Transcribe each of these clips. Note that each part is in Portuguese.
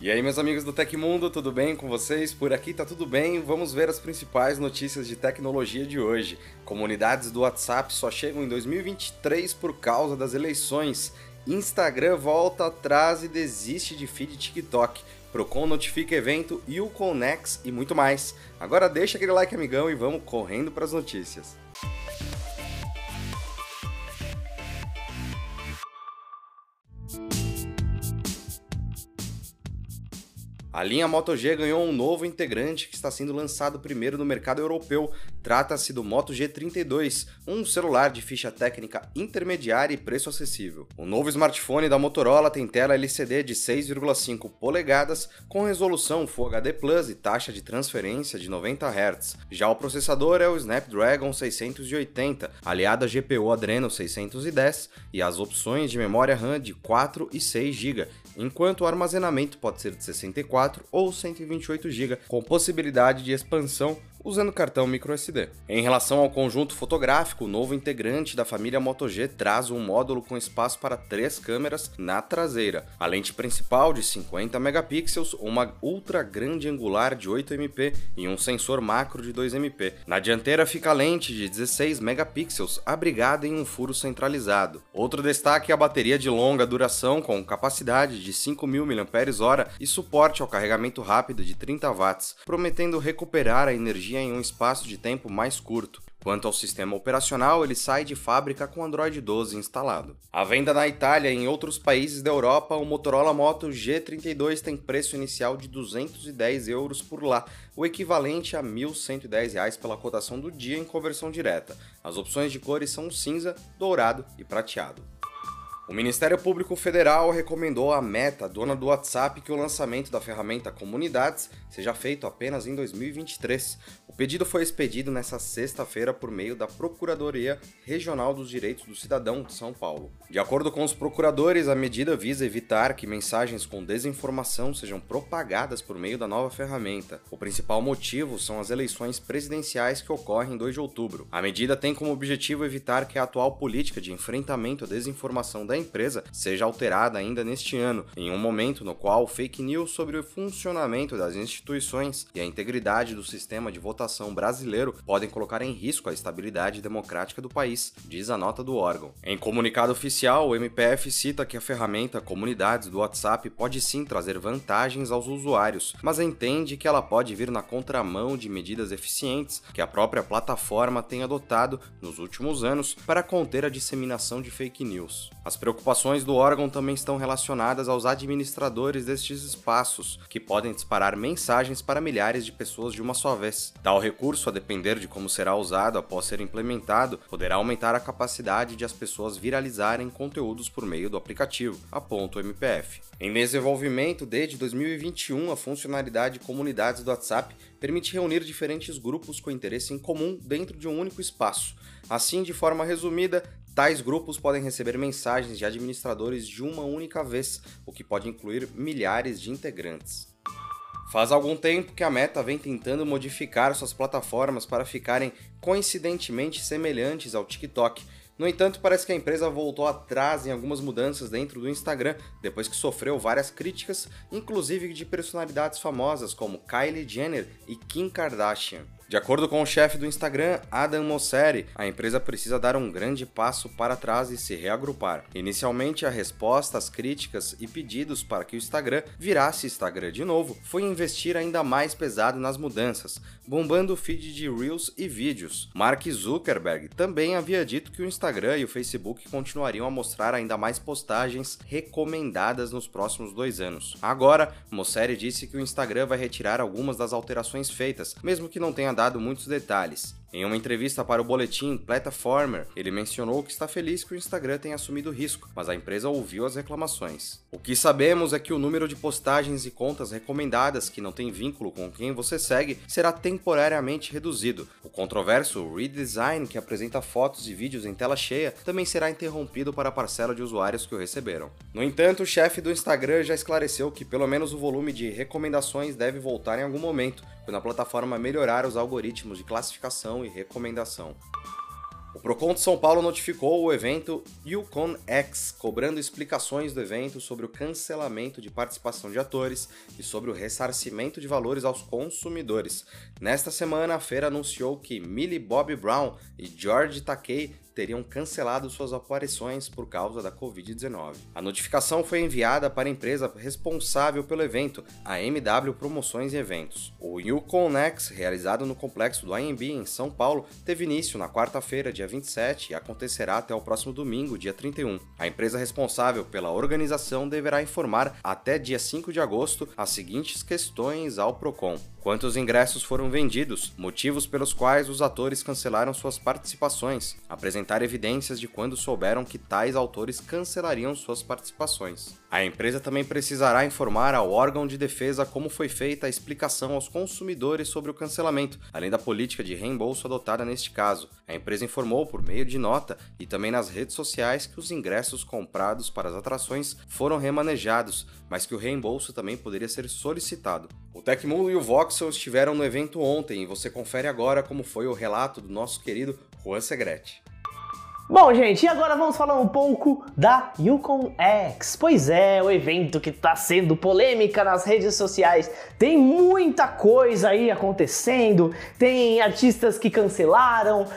E aí, meus amigos do Tecmundo, tudo bem com vocês? Por aqui tá tudo bem. Vamos ver as principais notícias de tecnologia de hoje. Comunidades do WhatsApp só chegam em 2023 por causa das eleições. Instagram volta atrás e desiste de feed TikTok. Procon notifica evento e o Connex e muito mais. Agora deixa aquele like, amigão, e vamos correndo para as notícias. A linha Moto G ganhou um novo integrante que está sendo lançado primeiro no mercado europeu. Trata-se do Moto G32, um celular de ficha técnica intermediária e preço acessível. O novo smartphone da Motorola tem tela LCD de 6,5 polegadas com resolução Full HD Plus e taxa de transferência de 90 Hz. Já o processador é o Snapdragon 680, aliado à GPU Adreno 610 e as opções de memória RAM de 4 e 6 GB, enquanto o armazenamento pode ser de 64 ou 128 GB, com possibilidade de expansão usando cartão microSD. Em relação ao conjunto fotográfico, o novo integrante da família Moto G traz um módulo com espaço para 3 câmeras na traseira, a lente principal de 50 megapixels, uma ultra grande angular de 8 MP e um sensor macro de 2 MP. Na dianteira fica a lente de 16 megapixels, abrigada em um furo centralizado. Outro destaque é a bateria de longa duração com capacidade de 5.000 mAh e suporte ao carregamento rápido de 30 watts, prometendo recuperar a energia em um espaço de tempo mais curto. Quanto ao sistema operacional, ele sai de fábrica com Android 12 instalado. À venda na Itália e em outros países da Europa, o Motorola Moto G32 tem preço inicial de €210 por lá, o equivalente a R$ 1.110 pela cotação do dia em conversão direta. As opções de cores são cinza, dourado e prateado. O Ministério Público Federal recomendou à Meta, dona do WhatsApp, que o lançamento da ferramenta Comunidades seja feito apenas em 2023. O pedido foi expedido nesta sexta-feira por meio da Procuradoria Regional dos Direitos do Cidadão de São Paulo. De acordo com os procuradores, a medida visa evitar que mensagens com desinformação sejam propagadas por meio da nova ferramenta. O principal motivo são as eleições presidenciais que ocorrem em 2 de outubro. A medida tem como objetivo evitar que a atual política de enfrentamento à desinformação da empresa seja alterada ainda neste ano, em um momento no qual fake news sobre o funcionamento das instituições e a integridade do sistema de votação brasileiro podem colocar em risco a estabilidade democrática do país, diz a nota do órgão. Em comunicado oficial, o MPF cita que a ferramenta Comunidades do WhatsApp pode sim trazer vantagens aos usuários, mas entende que ela pode vir na contramão de medidas eficientes que a própria plataforma tem adotado nos últimos anos para conter a disseminação de fake news. As preocupações do órgão também estão relacionadas aos administradores destes espaços, que podem disparar mensagens para milhares de pessoas de uma só vez. Tal recurso, a depender de como será usado após ser implementado, poderá aumentar a capacidade de as pessoas viralizarem conteúdos por meio do aplicativo, aponta o MPF. Em desenvolvimento desde 2021, a funcionalidade Comunidades do WhatsApp permite reunir diferentes grupos com interesse em comum dentro de um único espaço. Assim, de forma resumida, tais grupos podem receber mensagens de administradores de uma única vez, o que pode incluir milhares de integrantes. Faz algum tempo que a Meta vem tentando modificar suas plataformas para ficarem coincidentemente semelhantes ao TikTok. No entanto, parece que a empresa voltou atrás em algumas mudanças dentro do Instagram, depois que sofreu várias críticas, inclusive de personalidades famosas como Kylie Jenner e Kim Kardashian. De acordo com o chefe do Instagram, Adam Mosseri, a empresa precisa dar um grande passo para trás e se reagrupar. Inicialmente, a resposta às críticas e pedidos para que o Instagram virasse Instagram de novo foi investir ainda mais pesado nas mudanças, bombando o feed de Reels e vídeos. Mark Zuckerberg também havia dito que o Instagram e o Facebook continuariam a mostrar ainda mais postagens recomendadas nos próximos 2 anos. Agora, Mosseri disse que o Instagram vai retirar algumas das alterações feitas, mesmo que não tenha dado muitos detalhes. Em uma entrevista para o boletim Platformer, ele mencionou que está feliz que o Instagram tenha assumido o risco, mas a empresa ouviu as reclamações. O que sabemos é que o número de postagens e contas recomendadas que não tem vínculo com quem você segue será temporariamente reduzido. O controverso redesign, que apresenta fotos e vídeos em tela cheia, também será interrompido para a parcela de usuários que o receberam. No entanto, o chefe do Instagram já esclareceu que pelo menos o volume de recomendações deve voltar em algum momento, quando a plataforma melhorar os algoritmos de classificação e recomendação. O Procon de São Paulo notificou o evento YuConX, cobrando explicações do evento sobre o cancelamento de participação de atores e sobre o ressarcimento de valores aos consumidores. Nesta semana, a feira anunciou que Millie Bobby Brown e George Takei teriam cancelado suas aparições por causa da Covid-19. A notificação foi enviada para a empresa responsável pelo evento, a MW Promoções e Eventos. O YuConX, realizado no complexo do AMB em São Paulo, teve início na quarta-feira, dia 27, e acontecerá até o próximo domingo, dia 31. A empresa responsável pela organização deverá informar até dia 5 de agosto as seguintes questões ao Procon: quantos ingressos foram vendidos, motivos pelos quais os atores cancelaram suas participações, apresentar evidências de quando souberam que tais autores cancelariam suas participações. A empresa também precisará informar ao órgão de defesa como foi feita a explicação aos consumidores sobre o cancelamento, além da política de reembolso adotada neste caso. A empresa informou por meio de nota e também nas redes sociais que os ingressos comprados para as atrações foram remanejados, mas que o reembolso também poderia ser solicitado. O Tecmundo e o Voxel estiveram no evento ontem e você confere agora como foi o relato do nosso querido Juan Segrete. Bom, gente, e agora vamos falar um pouco da YuConX. Pois é, o evento que está sendo polêmica nas redes sociais. Tem muita coisa aí acontecendo, tem artistas que cancelaram,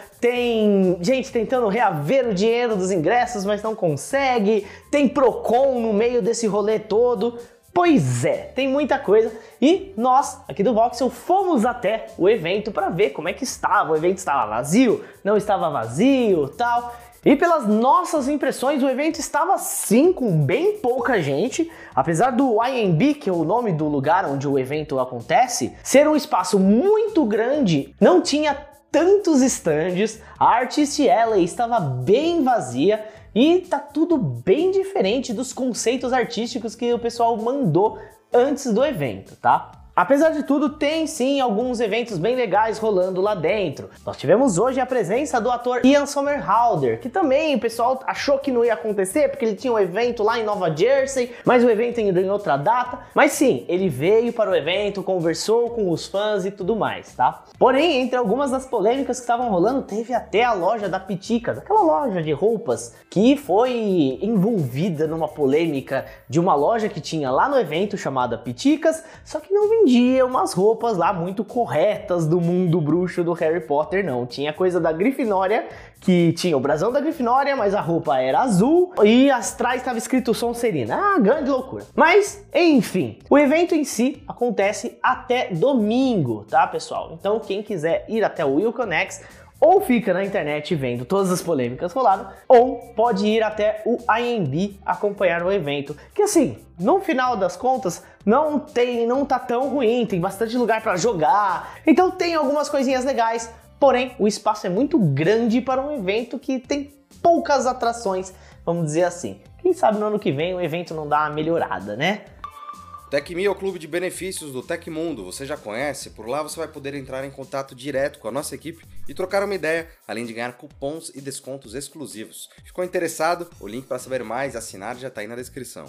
tem gente tentando reaver o dinheiro dos ingressos, mas não consegue, tem Procon no meio desse rolê todo. Pois é, tem muita coisa e nós, aqui do Voxel, fomos até o evento para ver como é que estava. O evento estava vazio, não estava vazio, tal. E pelas nossas impressões, o evento estava sim com bem pouca gente. Apesar do IMB, que é o nome do lugar onde o evento acontece, ser um espaço muito grande, não tinha tantos estandes, a Artist Alley estava bem vazia. E tá tudo bem diferente dos conceitos artísticos que o pessoal mandou antes do evento, tá? Apesar de tudo, tem sim alguns eventos bem legais rolando lá dentro. Nós tivemos hoje a presença do ator Ian Somerhalder, que também o pessoal achou que não ia acontecer porque ele tinha um evento lá em Nova Jersey, mas o evento ainda em outra data. Mas sim, ele veio para o evento, conversou com os fãs e tudo mais, tá? Porém, entre algumas das polêmicas que estavam rolando, teve até a loja da Piticas, aquela loja de roupas que foi envolvida numa polêmica de uma loja que tinha lá no evento chamada Piticas, só que não vendia umas roupas lá muito corretas do mundo bruxo do Harry Potter, não. Tinha coisa da Grifinória, que tinha o brasão da Grifinória, mas a roupa era azul e atrás estava escrito Sonserina. Ah, grande loucura. Mas, enfim, o evento em si acontece até domingo, tá, pessoal? Então, quem quiser ir até o YuConX, ou fica na internet vendo todas as polêmicas rolando, ou pode ir até o IMB acompanhar o evento, que assim, no final das contas, não tá tão ruim, tem bastante lugar para jogar, então tem algumas coisinhas legais, porém o espaço é muito grande para um evento que tem poucas atrações, vamos dizer assim. Quem sabe no ano que vem o evento não dá uma melhorada, né? TecMe é o clube de benefícios do Tecmundo, você já conhece? Por lá você vai poder entrar em contato direto com a nossa equipe e trocar uma ideia, além de ganhar cupons e descontos exclusivos. Ficou interessado? O link para saber mais e assinar já está aí na descrição.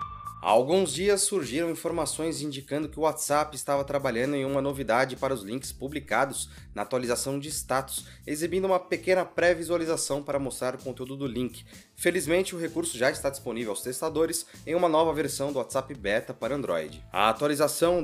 Há alguns dias surgiram informações indicando que o WhatsApp estava trabalhando em uma novidade para os links publicados na atualização de status, exibindo uma pequena pré-visualização para mostrar o conteúdo do link. Felizmente, o recurso já está disponível aos testadores em uma nova versão do WhatsApp Beta para Android. A atualização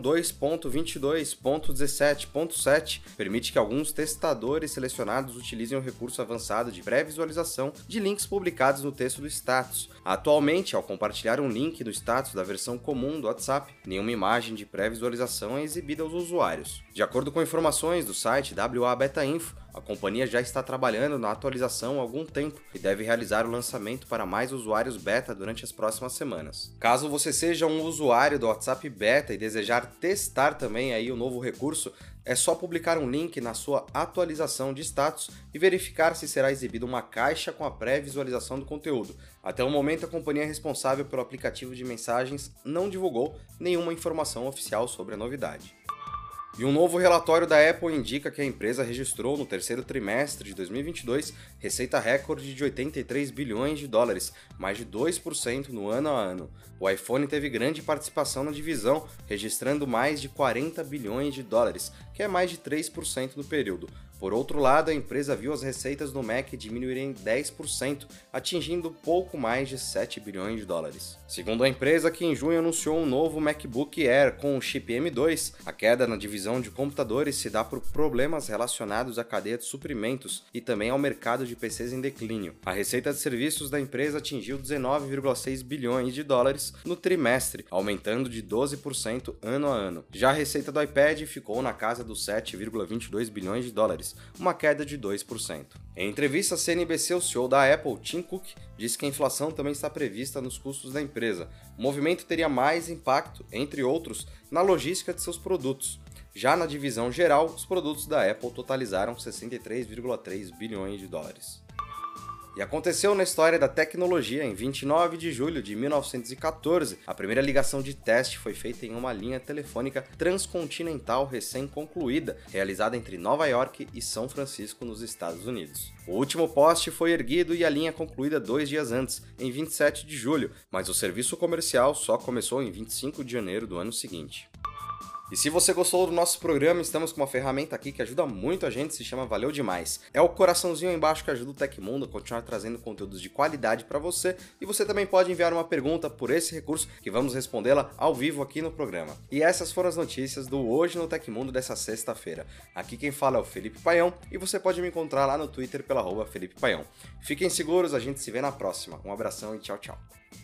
2.22.17.7 permite que alguns testadores selecionados utilizem o recurso avançado de pré-visualização de links publicados no texto do status. Atualmente, ao compartilhar um link no status da versão comum do WhatsApp, nenhuma imagem de pré-visualização é exibida aos usuários. De acordo com informações do site WA Beta Info, a companhia já está trabalhando na atualização há algum tempo e deve realizar o lançamento para mais usuários beta durante as próximas semanas. Caso você seja um usuário do WhatsApp Beta e desejar testar também aí o novo recurso, é só publicar um link na sua atualização de status e verificar se será exibida uma caixa com a pré-visualização do conteúdo. Até o momento, a companhia responsável pelo aplicativo de mensagens não divulgou nenhuma informação oficial sobre a novidade. E um novo relatório da Apple indica que a empresa registrou no terceiro trimestre de 2022 receita recorde de 83 bilhões de dólares, mais de 2% no ano a ano. O iPhone teve grande participação na divisão, registrando mais de 40 bilhões de dólares, que é mais de 3% no período. Por outro lado, a empresa viu as receitas do Mac diminuírem 10%, atingindo pouco mais de 7 bilhões de dólares. Segundo a empresa, que em junho anunciou um novo MacBook Air com o chip M2, a queda na divisão de computadores se dá por problemas relacionados à cadeia de suprimentos e também ao mercado de PCs em declínio. A receita de serviços da empresa atingiu 19,6 bilhões de dólares no trimestre, aumentando de 12% ano a ano. Já a receita do iPad ficou na casa dos 7,22 bilhões de dólares, uma queda de 2%. Em entrevista à CNBC, o CEO da Apple, Tim Cook, disse que a inflação também está prevista nos custos da empresa. O movimento teria mais impacto, entre outros, na logística de seus produtos. Já na divisão geral, os produtos da Apple totalizaram 63,3 bilhões de dólares. E aconteceu na história da tecnologia. Em 29 de julho de 1914, a primeira ligação de teste foi feita em uma linha telefônica transcontinental recém-concluída, realizada entre Nova York e São Francisco, nos Estados Unidos. O último poste foi erguido e a linha concluída 2 dias antes, em 27 de julho, mas o serviço comercial só começou em 25 de janeiro do ano seguinte. E se você gostou do nosso programa, estamos com uma ferramenta aqui que ajuda muito a gente, se chama Valeu Demais. É o coraçãozinho aí embaixo que ajuda o Tecmundo a continuar trazendo conteúdos de qualidade para você, e você também pode enviar uma pergunta por esse recurso que vamos respondê-la ao vivo aqui no programa. E essas foram as notícias do Hoje no Tecmundo dessa sexta-feira. Aqui quem fala é o Felipe Paião e você pode me encontrar lá no Twitter pela @FelipePaião. Fiquem seguros, a gente se vê na próxima. Um abração e tchau, tchau.